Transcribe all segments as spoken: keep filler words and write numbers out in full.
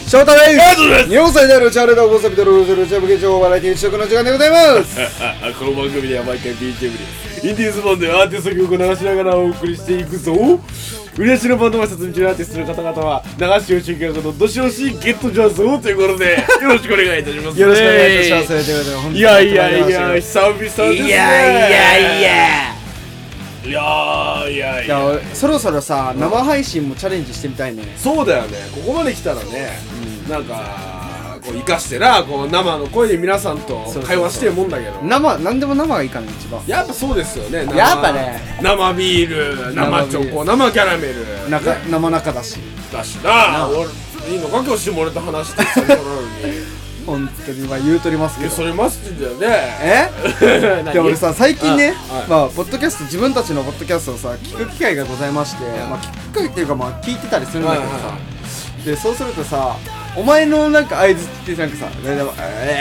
翔太です。 ありがとうございます。 日本最大のチャンネルの放送ビデオルーズルチャブ劇場バラエティー試食の時間でございます。 この番組では毎回 ビージーエム でインディーズバンドやアーティスト曲を流しながらお送りしていくぞ。売り出しのバンドマスターとアーティストの方々は流しを中継のどしどしゲットじゃぞということでよろしくお願いいたします、ね、 よろしくお願いいたします。ということで本当にいやいやいや久々ですね。 いやいやいやいやいやいいややそろそろさ生配信もチャレンジしてみたいね。 そうだよね。ここまで来たらね、うん、なんかこう生かしてなこう生の声で皆さんと会話してるもんだけど、 生なんでも生がいいかな一番。 やっぱそうですよね。 やっぱね生ビール生チョコ生キャラメル中生中だしだしな。俺いいのか今日下ネタ話して最初なのに本当にまあ言うとりますけど。 それマストだよね。 えで俺さ最近ねあはい、 まあポッドキャスト自分たちのポッドキャストをさ聞く機会がございまして、まあ聞く機会っていうかまあ聞いてたりするんだけどさ、でそうするとさお前のなんか相づちってなんかさ「え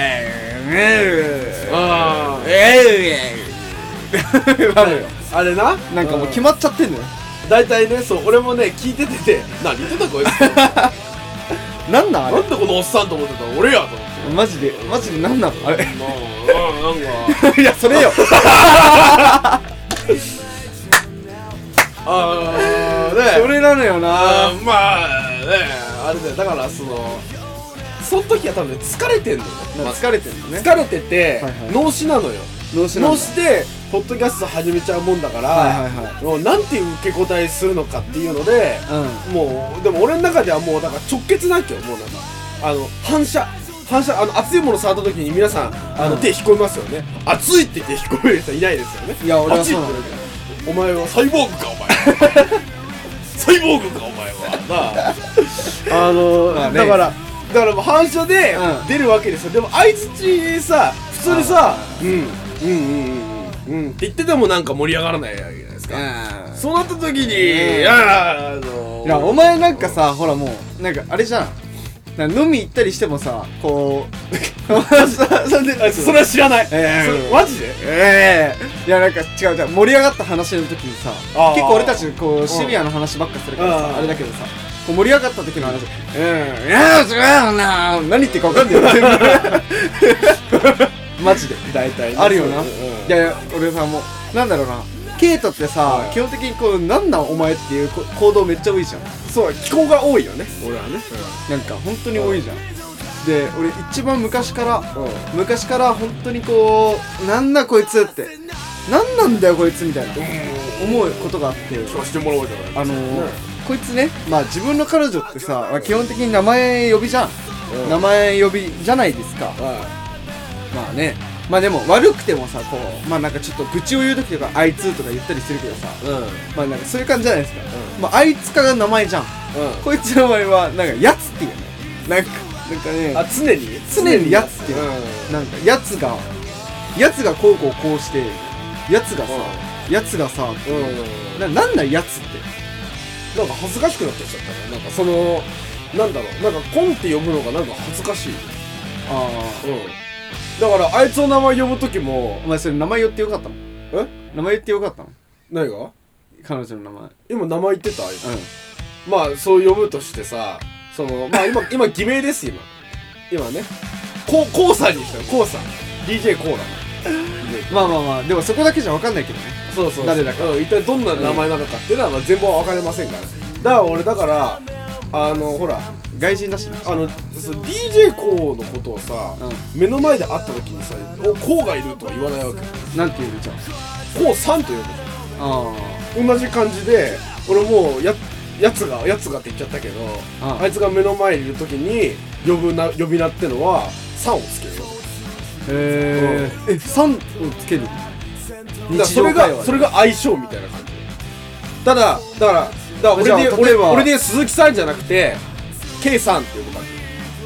えあえええなるよ。 あれななんかもう決まっちゃってんのよ。 大体ね。そう俺もね聞いててて何言ってたこいつなんなんあれなんでこのおっさんと思ってたの俺やと思ってマジでマジでなんなのあれまあなんかいやそれよあーねそれなのよな。 あーまあねあれだよ。だからそのその時は多分ね疲れてんのよ。まあ疲れてるのね。 疲れてて、 はいはい脳死なのよ。 脳死なんだ脳死でポッドキャスト始めちゃうもんだから、 はいはいはいもうなんていう受け答えするのかっていうので、 うんもうでも俺の中ではもうだから直結なきゃもうなんかあの反射反射あの熱いもの触った時に皆さんあの、うん、手引っ込みますよね。熱いって言って引っ込める人いないですよね。 いや俺はそうなの。 お前はサイボーグかお前サイボーグかお前はなああのーまあね、 だからだからもう反射でうん出るわけですよ。でも相づちさ普通にさうんうんうんうんうんって言っててもなんか盛り上がらないわけじゃないですか。そうなった時に、いやあのー、 いやお前なんかさほらもうなんかあれじゃん。なんか飲み行ったりしてもさこうそれでそれは知らない。 えそれマジでええいやなんか違う違う盛り上がった話の時にさあー結構俺たちこうシビアな話ばっかするからあーさあれだけどさこう盛り上がった時の話うんいや違うな何言ってるか分かんないよマジで大体ねあるよな。 うんうんいやいや俺さもうなんだろうなケイトってさ、 はい基本的にこうなんなんお前っていうこ行動めっちゃ多いじゃん。 そう気候が多いよね俺はね。 なんか本当に多いじゃん。で俺一番昔からうん昔から本当にこうなんだこいつってなんなんだよこいつみたいな思うことがあって、 聞かせてもらおうじゃない。 あのーねこいつねまあ自分の彼女ってさ、まあ基本的に名前呼びじゃん、 うん名前呼びじゃないですか。 はまあねまあでも悪くてもさこうまあなんかちょっと愚痴を言う時とかあいつとか言ったりするけどさい。うんうんまあなんかそういう感じじゃないですか、まああいつかが名前じゃん。こいつの名前はなんかやつっていうねなんかなんかねあ常に常にやつっていう、 うんなんかやつがやつがこうこうこうしてやつがさやつがさうんななんなんやつってなんか恥ずかしくなってきちゃったね。なんかそのなんだろうなんかコンって呼ぶのがなんか恥ずかしい。 あうんだからあいつの名前呼ぶ時もあお前それ名前言ってよかったの？ え名前言ってよかったの？ 何が彼女の名前。うん今名前言ってたあいつ、まあそう呼ぶとしてさそのまあ今今偽名です今今ねこうこうさんにしたよ。こうさん ディージェー コーラまあまあまあでもそこだけじゃ分かんないけどね。 そうそう誰だかうん一体どんな名前なのかっていうのはまあ全貌は分かりませんから。だから俺だからあのほら外人だしね。 あのその ディージェー コーのことをさ、 う目の前で会った時にさ「おこうがいる」とは言わないわけ。 なんて言うのじゃこうさんと呼ぶあ。あ同じ感じで俺もうややつがやつがって言っちゃったけどああいつが目の前にいる時に呼ぶな呼び名ってのはさんをつけるよ。 へええさんをつける。 だからそれがそれが相性みたいな感じ。ただだからだから俺でじゃあ例俺えば俺で鈴木さんじゃなくて K さんって呼ぶ感じ。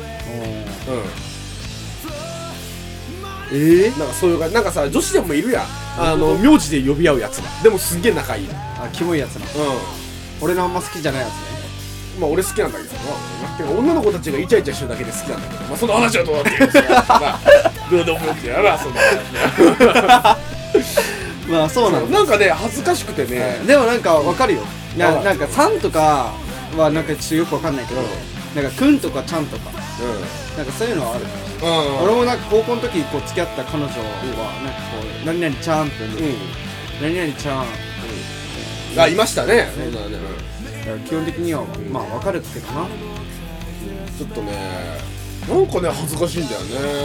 うんええなんかそういう感じ。なんかさ女子でもいるやんあの名字で呼び合うやつがでもすんげえ仲いいの。 あキモいやつな。 う俺のあんま好きじゃないやつね。 んまあ俺好きなんだけどな。てか女の子たちがイチャイチャしてるだけで好きなんだけどまあその話はどうなってるんですかどうでもよくてやなそんな話。 まあそうなの。 なんかね恥ずかしくてね。 でもなんかわかるよ。いやはいなんかさんとかはなんかちょっとよくわかんないけど、 なんかくんとかちゃんとかうなんかそういうのはある、 んうん俺もなんか高校の時こう付き合った彼女はなんかこう何々ちゃんって呼んで、 うん何々ちゃん、 あいましたねそんなねだから基本的にはまあ分かるけどな、 ちょっとねなんかね恥ずかしいんだよね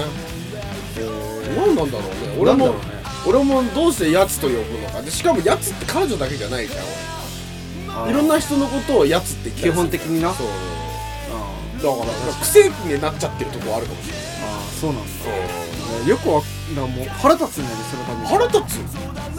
何なんだろうね俺もなんだろうね俺もどうしてやつと呼ぶのかでしかもやつって彼女だけじゃないじゃんいろんな人のことをやつって言ったりする基本的になそうあだから癖になっちゃってるとこあるかもしれないあそうなんだ、よくわなんかもう腹立つんだよねそのために。 腹立つ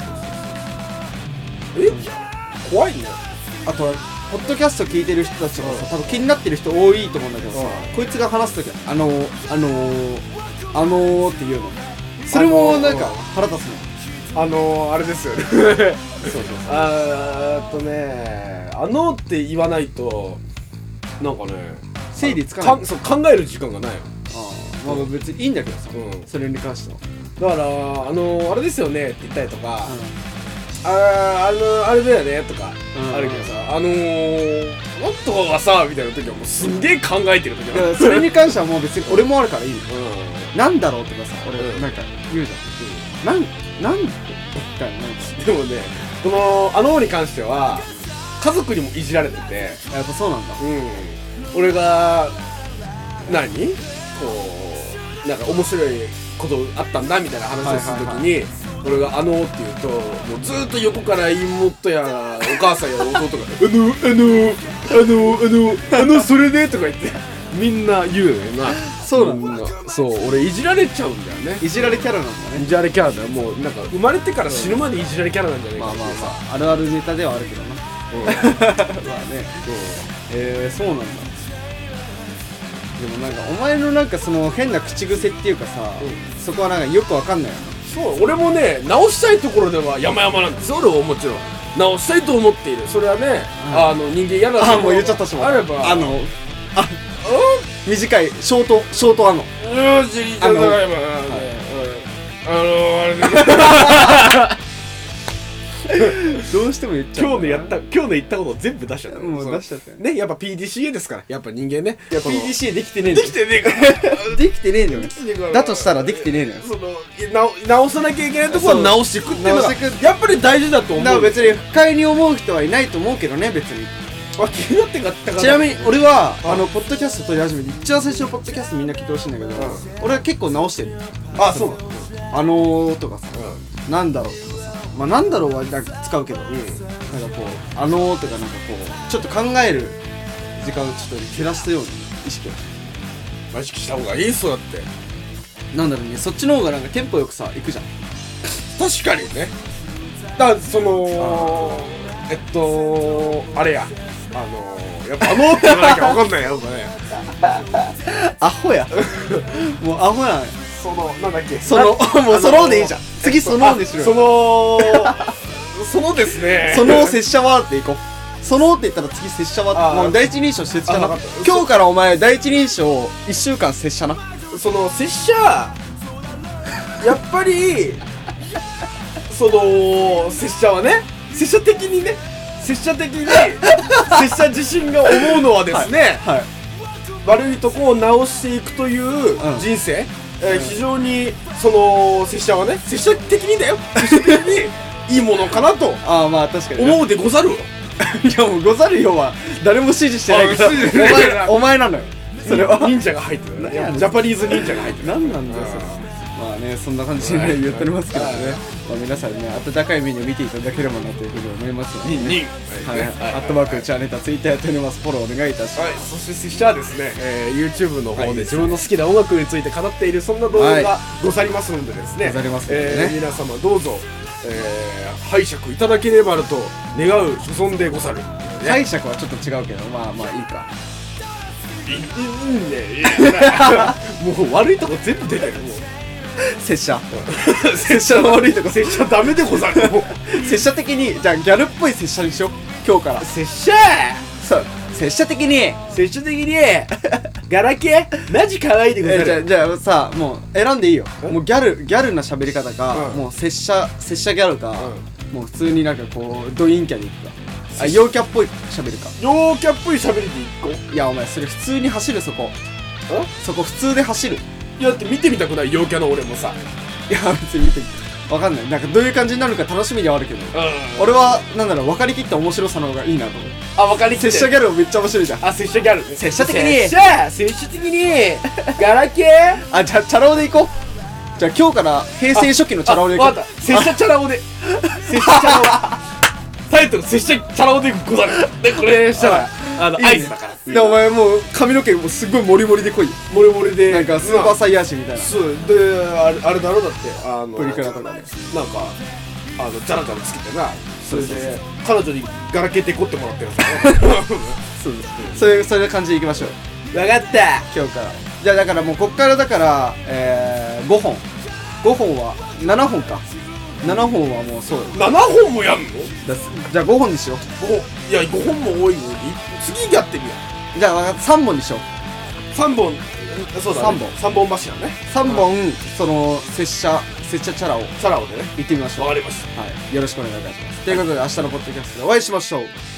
え怖いねあとはポッドキャスト聞いてる人たちがさ多分気になってる人多いと思うんだけどさ、こいつが話すときあのー、あのー、あのーって言うのそれもなんか腹立つの。 あのー、あれですよねそうそうそうあーっとねあのって言わないとなんかね整理つかないかそう考える時間がないああまあ別にいいんだけどさ、 うんそれに関してはだからあのー、あれですよねって言ったりとか、あーあのあれだよねとかうんあるけどさ、あのー、もっとはさみたいな時はもうすんげえ考えてる時いやはそれに関してはもう別に俺もあるからいいの。 うなんだろうとかさ俺うんなんか言うじゃん、なんなんみたいな。 んでもねこのあのーに関しては家族にもいじられててやっぱそうなんだ。 うん俺が何こうなんか面白いことあったんだみたいな話をするときに、俺が「あの」って言うともうずーっと横から妹やお母さんや弟が「あのあのあのあのあのそれで」とか言ってみんな言うよな。 そうなんだ。 みなそう俺いじられちゃうんだよね。 いじられキャラなんだね。 いじられキャラだよ。もうなんか生まれてから死ぬまでいじられキャラなんじゃないかまあまあっていうさまああるあるネタではあるけどな。 うんまあね。 そうえー、そうなんだ。でもなんかお前のなんかその変な口癖っていうかさ、 うそこはなんかよくわかんないよそう俺もね直したいところでは山々なんですよ。俺はもちろん直したいと思っている。それはね、 うんあの人間嫌なな。あもう言っちゃったしもあればあのあ短いショートショートあのうん知りたい今あのあのあれねどうしても言っちゃう今日のやった今日の言ったことを全部出しちゃったもう出しちゃったよね。やっぱ ピーディーシーエー ですからやっぱ人間ねいやこのピーディーシー できてねえんだよできてねえからできてねえのよできてねえからだとしたらできてねえのよ。 その直直さなきゃいけないところそうを直していくっていうのが直していくやっぱり大事だと思う。 だから別に不快に思う人はいないと思うけどね別に。 あ気になってかったからちなみに俺はああのポッドキャスト撮り始めて一番最初のポッドキャストみんな聞いてほしいんだけど、 ん俺は結構直してる。 あそうなのあのーとかさうなんだろうとかさまあなんだろうはなんか使うけど、 んうんなんかこうあのーとかなんかこうちょっと考える時間をちょっと減らすように意識を意識した方がいいっすよだってなんだろうねそっちの方がなんかテンポよくさ行くじゃん。 確かにね。だからそのえっとあれやあのやっぱあのって言わなきゃ分かんないやっぱねアホやもうアホやん。 そのなんだっけそのもうそのでいいじゃん。次そのでしろそよ。 のそのですねその拙者はっていこう。そのって言ったら次拙者はあーってもう第一人称拙者なあわかった。 今日からお前第一人称いっしゅうかん拙者な。 その拙者やっぱりその拙者はね拙者的にね拙者的に拙者自身が思うのはですね、 はい。 悪いとこを直していくといううん人生、えー非常にその拙者はね拙者的にだよ拙者的にいいものかなとああまあ確かにね。 思うでござるわ。 いやもうござるよは誰も指示してないからあ指示してないからお前お前なのよそれは。 忍者が入ってるね。ジャパニーズ忍者が入ってる。 何なんだよそれ。まあねそんな感じでね言っておりますけどね、まあ、皆さんね温かい目に見ていただければなというふうに思いますので、 忍忍はい、アットマークチャーネタツイッターやっております。フォローお願いいたします。 はい、そして拙者はですね、えー、YouTube の方はいで自分の好きな音楽について語っているそんな動画がござりますのでですね、 ござりますのでねえー皆様どうぞ、えー、拝借いただければと願う所存でござる、ね、 解釈はちょっと違うけどまあまあいいか。 いいいいねいいねもう悪いとこ全部出てるもう拙者拙者の悪いとこ。 拙者ダメでござるもう拙者的にじゃあギャルっぽい拙者にしよう今日から。 拙者そう拙者的に拙者的にガラケーマジ可愛いでござえじゃある。 じゃあさもう選んでいいよ。 えもうギャルギャルな喋り方か、 うんもう拙者拙者ギャルか、 もう普通になんかこうド陰キャでいくか、あ陽キャっぽい喋るか。 陽キャっぽい喋りでいっこ。 いやお前それ普通に走る、そこそこ普通で走る。 いやだって見てみたくない？陽キャの俺もさ。 いや別に見てわかんない、なんかどういう感じになるか楽しみではあるけど、 うん、 俺はなんだろう、分かりきった面白さの方がいいなと思う。 あ、分かりきって拙者ギャルもめっちゃ面白いじゃん。 あ、拙者ギャルね。 拙者的に拙者拙者的にガラケーあ、じゃあチャラ男でいこう。じゃあ今日から平成初期のチャラ男でいこう。 分かった、拙者チャラ男で拙者チャラ男タイトル拙者チャラ男でござる。でこれしたらあの合図だから。 でお前もう髪の毛もすっごいモリモリで濃いよ。 モリモリでなんかスーパーサイヤ人みたいな。 そうで、あれあれだろ、だってあのプリクラとかね、 なんかあのジャラジャラつけてな、それで彼女にガラケーでこってもらってるんですよね。 そうそういうそういう感じでいきましょう。 分かった。 今日からじゃあだからもうこっからだからえー、ごほんごほんはななほんか、ななほんはもうそうよ。 ななほんもやんの？ だじゃあごほんにしよう。 ごほん、いやごほんも多いのに次やってみよじゃあさんぼんにしよう。 う。さんぼん、そうだね、 さんぼんさんぼん柱ね。 さんぼんその拙者拙者チャラをサラオでね。 行ってみましょう。 わかりました。 はい、よろしくお願いいたします。ということで明日のポッドキャストでお会いしましょう。